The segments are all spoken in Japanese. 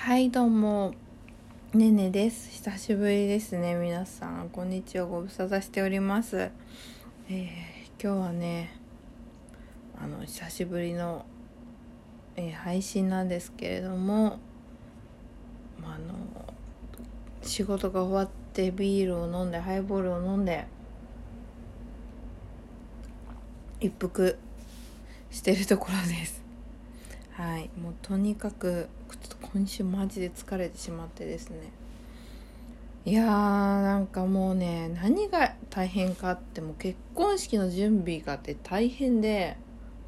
はいどうも、ねねです。久しぶりですね。皆さんこんにちは。ご無沙汰しております。今日はね久しぶりの、配信なんですけれども、仕事が終わってビールを飲んでハイボールを飲んで一服してるところです。はい、もうとにかくちょっと今週マジで疲れてしまってですね。いやーなんかもうね、何が大変かってもう結婚式の準備がって大変で、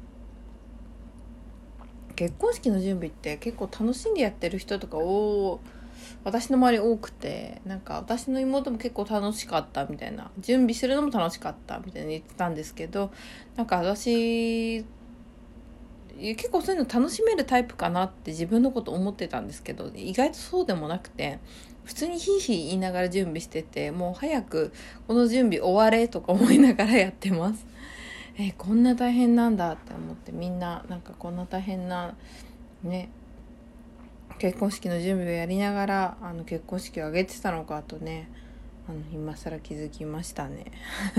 結婚式の準備って結構楽しんでやってる人とか私の周り多くて、なんか私の妹も結構楽しかったみたいな、準備するのも楽しかったみたいに言ってたんですけど、なんか私結構そういうの楽しめるタイプかなって自分のこと思ってたんですけど、意外とそうでもなくて、普通にヒーヒー言いながら準備してて、もう早くこの準備終われとか思いながらやってます。こんな大変なんだって思って、みんななんかこんな大変なね結婚式の準備をやりながら結婚式を挙げてたのかとね、今更気づきましたね。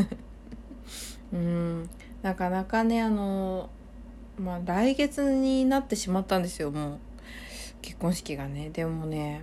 なかなかね来月になってしまったんですよ、もう結婚式がね。でもね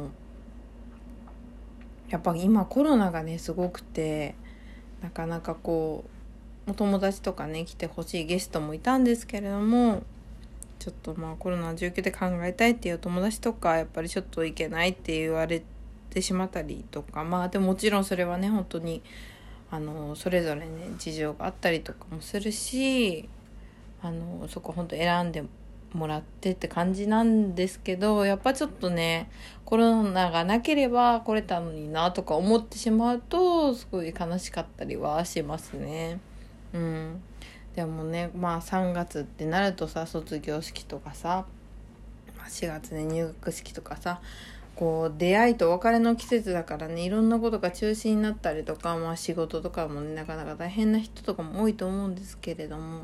やっぱ今コロナがねすごくて、なかなかこうお友達とかね来てほしいゲストもいたんですけれども、ちょっとコロナの状況で考えたいっていうお友達とかやっぱりちょっといけないって言われてしまったりとか、でももちろんそれはね本当にそれぞれね事情があったりとかもするし、そこ本当選んでもらってって感じなんですけど、やっぱちょっとねコロナがなければ来れたのになとか思ってしまうとすごい悲しかったりはしますね。でもね3月ってなるとさ、卒業式とかさ、4月ね入学式とかさ、こう出会いと別れの季節だからね、いろんなことが中止になったりとか、仕事とかもねなかなか大変な人とかも多いと思うんですけれども、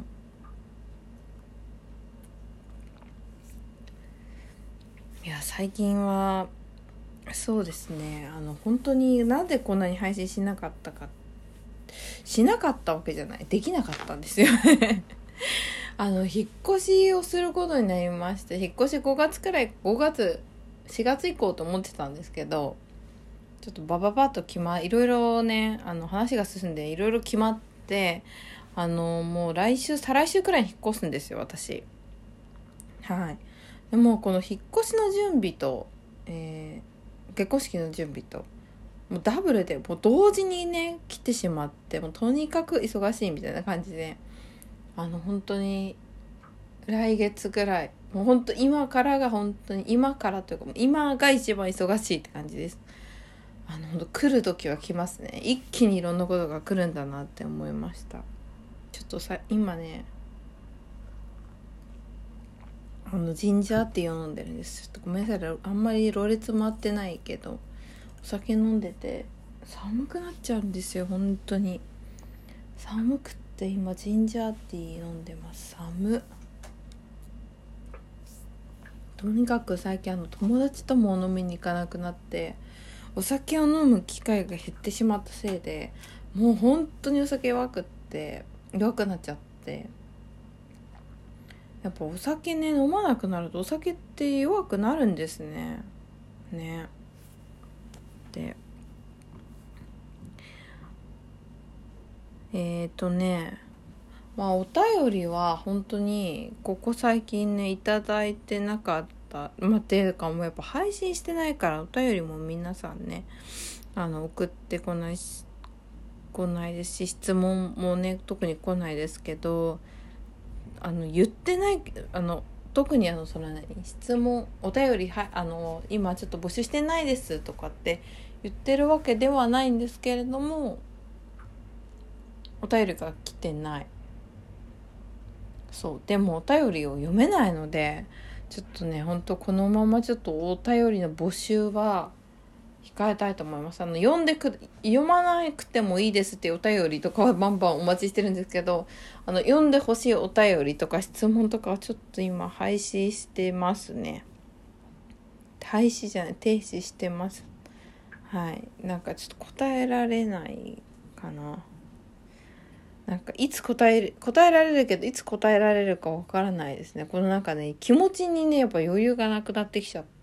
いや最近はそうですね、本当になんでこんなに配信しなかったわけじゃない、できなかったんですよね。引っ越しをすることになりまして、引っ越し5月4月以降と思ってたんですけど、ちょっとバババッといろいろね話が進んでいろいろ決まって、もう再来週くらいに引っ越すんですよ、私。はい。でもこの引っ越しの準備と、結婚式の準備ともうダブルでもう同時にね来てしまって、もうとにかく忙しいみたいな感じで、本当に来月ぐらい、もう本当今からというか今が一番忙しいって感じです。本当来る時は来ますね。一気にいろんなことが来るんだなって思いました。ちょっと今ねジンジャーティーを飲んでるんです。ちょっとごめんなさい、あんまりろれつ回ってないけど、お酒飲んでて寒くなっちゃうんですよ。本当に寒くって今ジンジャーティー飲んでます。とにかく最近友達とも飲みに行かなくなって、お酒を飲む機会が減ってしまったせいで、もう本当にお酒弱くなっちゃって、やっぱお酒ね飲まなくなるとお酒って弱くなるんですね。でお便りは本当にここ最近ねいただいてなかった。っていうかもうやっぱ配信してないから、お便りも皆さんね送ってこないですし、質問もね特に来ないですけど、言ってない特に質問お便り今ちょっと募集してないですとかって言ってるわけではないんですけれども、お便りが来てない。でもお便りを読めないので、ちょっとね本当このままちょっとお便りの募集は控えたいと思います。読まなくてもいいですっていうお便りとかはバンバンお待ちしてるんですけど、読んでほしいお便りとか質問とかはちょっと今配信してますね。 停止してます。はい、なんかちょっと答えられないかな。なんかいつ答えられるけどいつ答えられるかわからないですね。このなんかね、気持ちにねやっぱ余裕がなくなってきちゃって、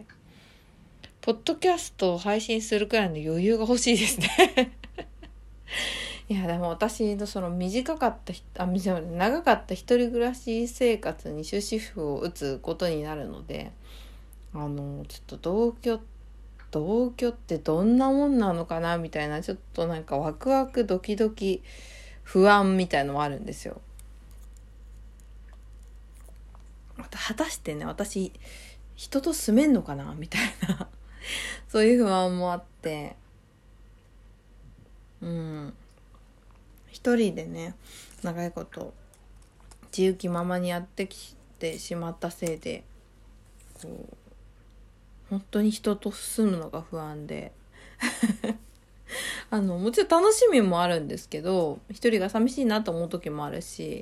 ポッドキャストを配信するくらいの余裕が欲しいですねいやでも私のその長かった一人暮らし生活に終止符を打つことになるので、ちょっと同居ってどんなもんなのかなみたいな、ちょっとなんかワクワクドキドキ不安みたいのもあるんですよ。果たしてね、私人と住めんのかなみたいなそういう不安もあって、一人でね長いこと自由気ままにやってきてしまったせいで、こう本当に人と住むのが不安でもちろん楽しみもあるんですけど、一人が寂しいなと思う時もあるし、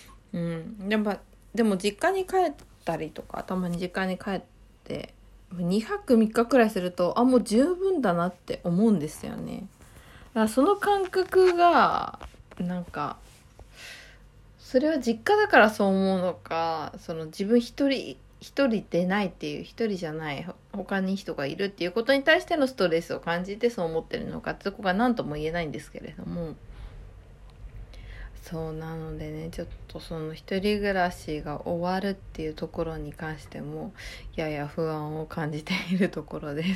でも実家に帰ったりとか、たまに実家に帰って2泊3日くらいするともう十分だなって思うんですよね。だからその感覚がなんか、それは実家だからそう思うのか、その自分一人でないっていう、一人じゃない他に人がいるっていうことに対してのストレスを感じてそう思ってるのかってとこが何とも言えないんですけれども、そうなのでね、ちょっとその一人暮らしが終わるっていうところに関してもやや不安を感じているところです。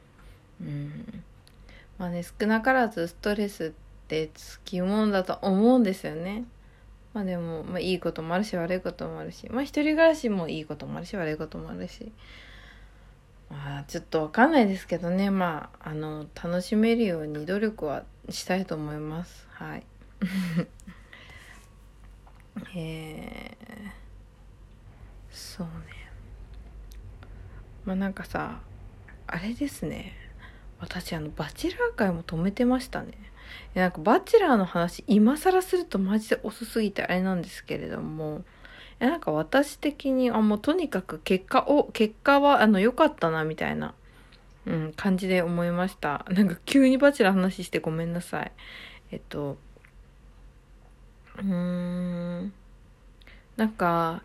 まあね、少なからずストレスってつきものだと思うんですよね。でも、いいこともあるし悪いこともあるし、一人暮らしもいいこともあるし悪いこともあるし、ちょっとわかんないですけどね、楽しめるように努力はしたいと思います。はいそうね、なんかさ、あれですね、私バチェラー会も止めてましたね。なんかバチェラーの話今更するとマジで遅すぎてあれなんですけれども、なんか私的にもうとにかく結果は良かったなみたいな、感じで思いました。なんか急にバチェラー話してごめんなさい。なんか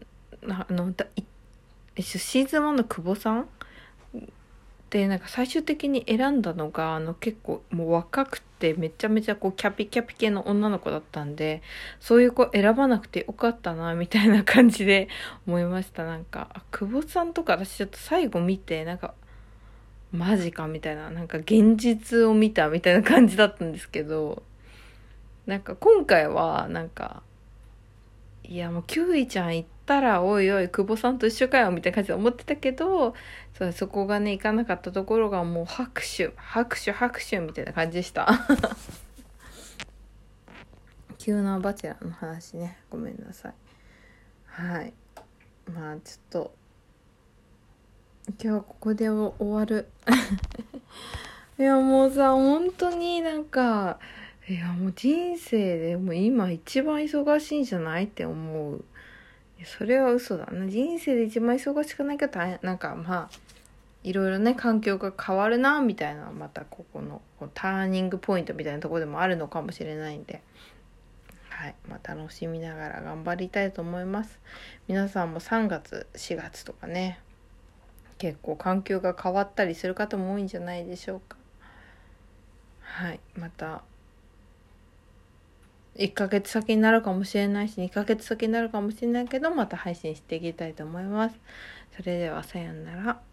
シーズン1の久保さんで、なんか最終的に選んだのが結構もう若くてめちゃめちゃこうキャピキャピ系の女の子だったんで、そういう子選ばなくてよかったなみたいな感じで思いました。なんか久保さんとか私ちょっと最後見て、なんかマジかみたいな、なんか現実を見たみたいな感じだったんですけど、なんか今回はなんか、いやもうキュウイちゃん行ったらおいおい久保さんと一緒かよみたいな感じで思ってたけど、そこがね行かなかったところがもう拍手みたいな感じでした急なバチェラーの話ね、ごめんなさい。はい、ちょっと今日はここで終わるいやもうさ、本当になんか、いやもう人生でもう今一番忙しいんじゃないって思う。それは嘘だな。人生で一番忙しくないけどなんかいろいろね環境が変わるなみたいな、またここのターニングポイントみたいなところでもあるのかもしれないんで、はい、楽しみながら頑張りたいと思います。皆さんも3月4月とかね、結構環境が変わったりする方も多いんじゃないでしょうか。はい、また1ヶ月先になるかもしれないし2ヶ月先になるかもしれないけど、また配信していきたいと思います。それではさようなら。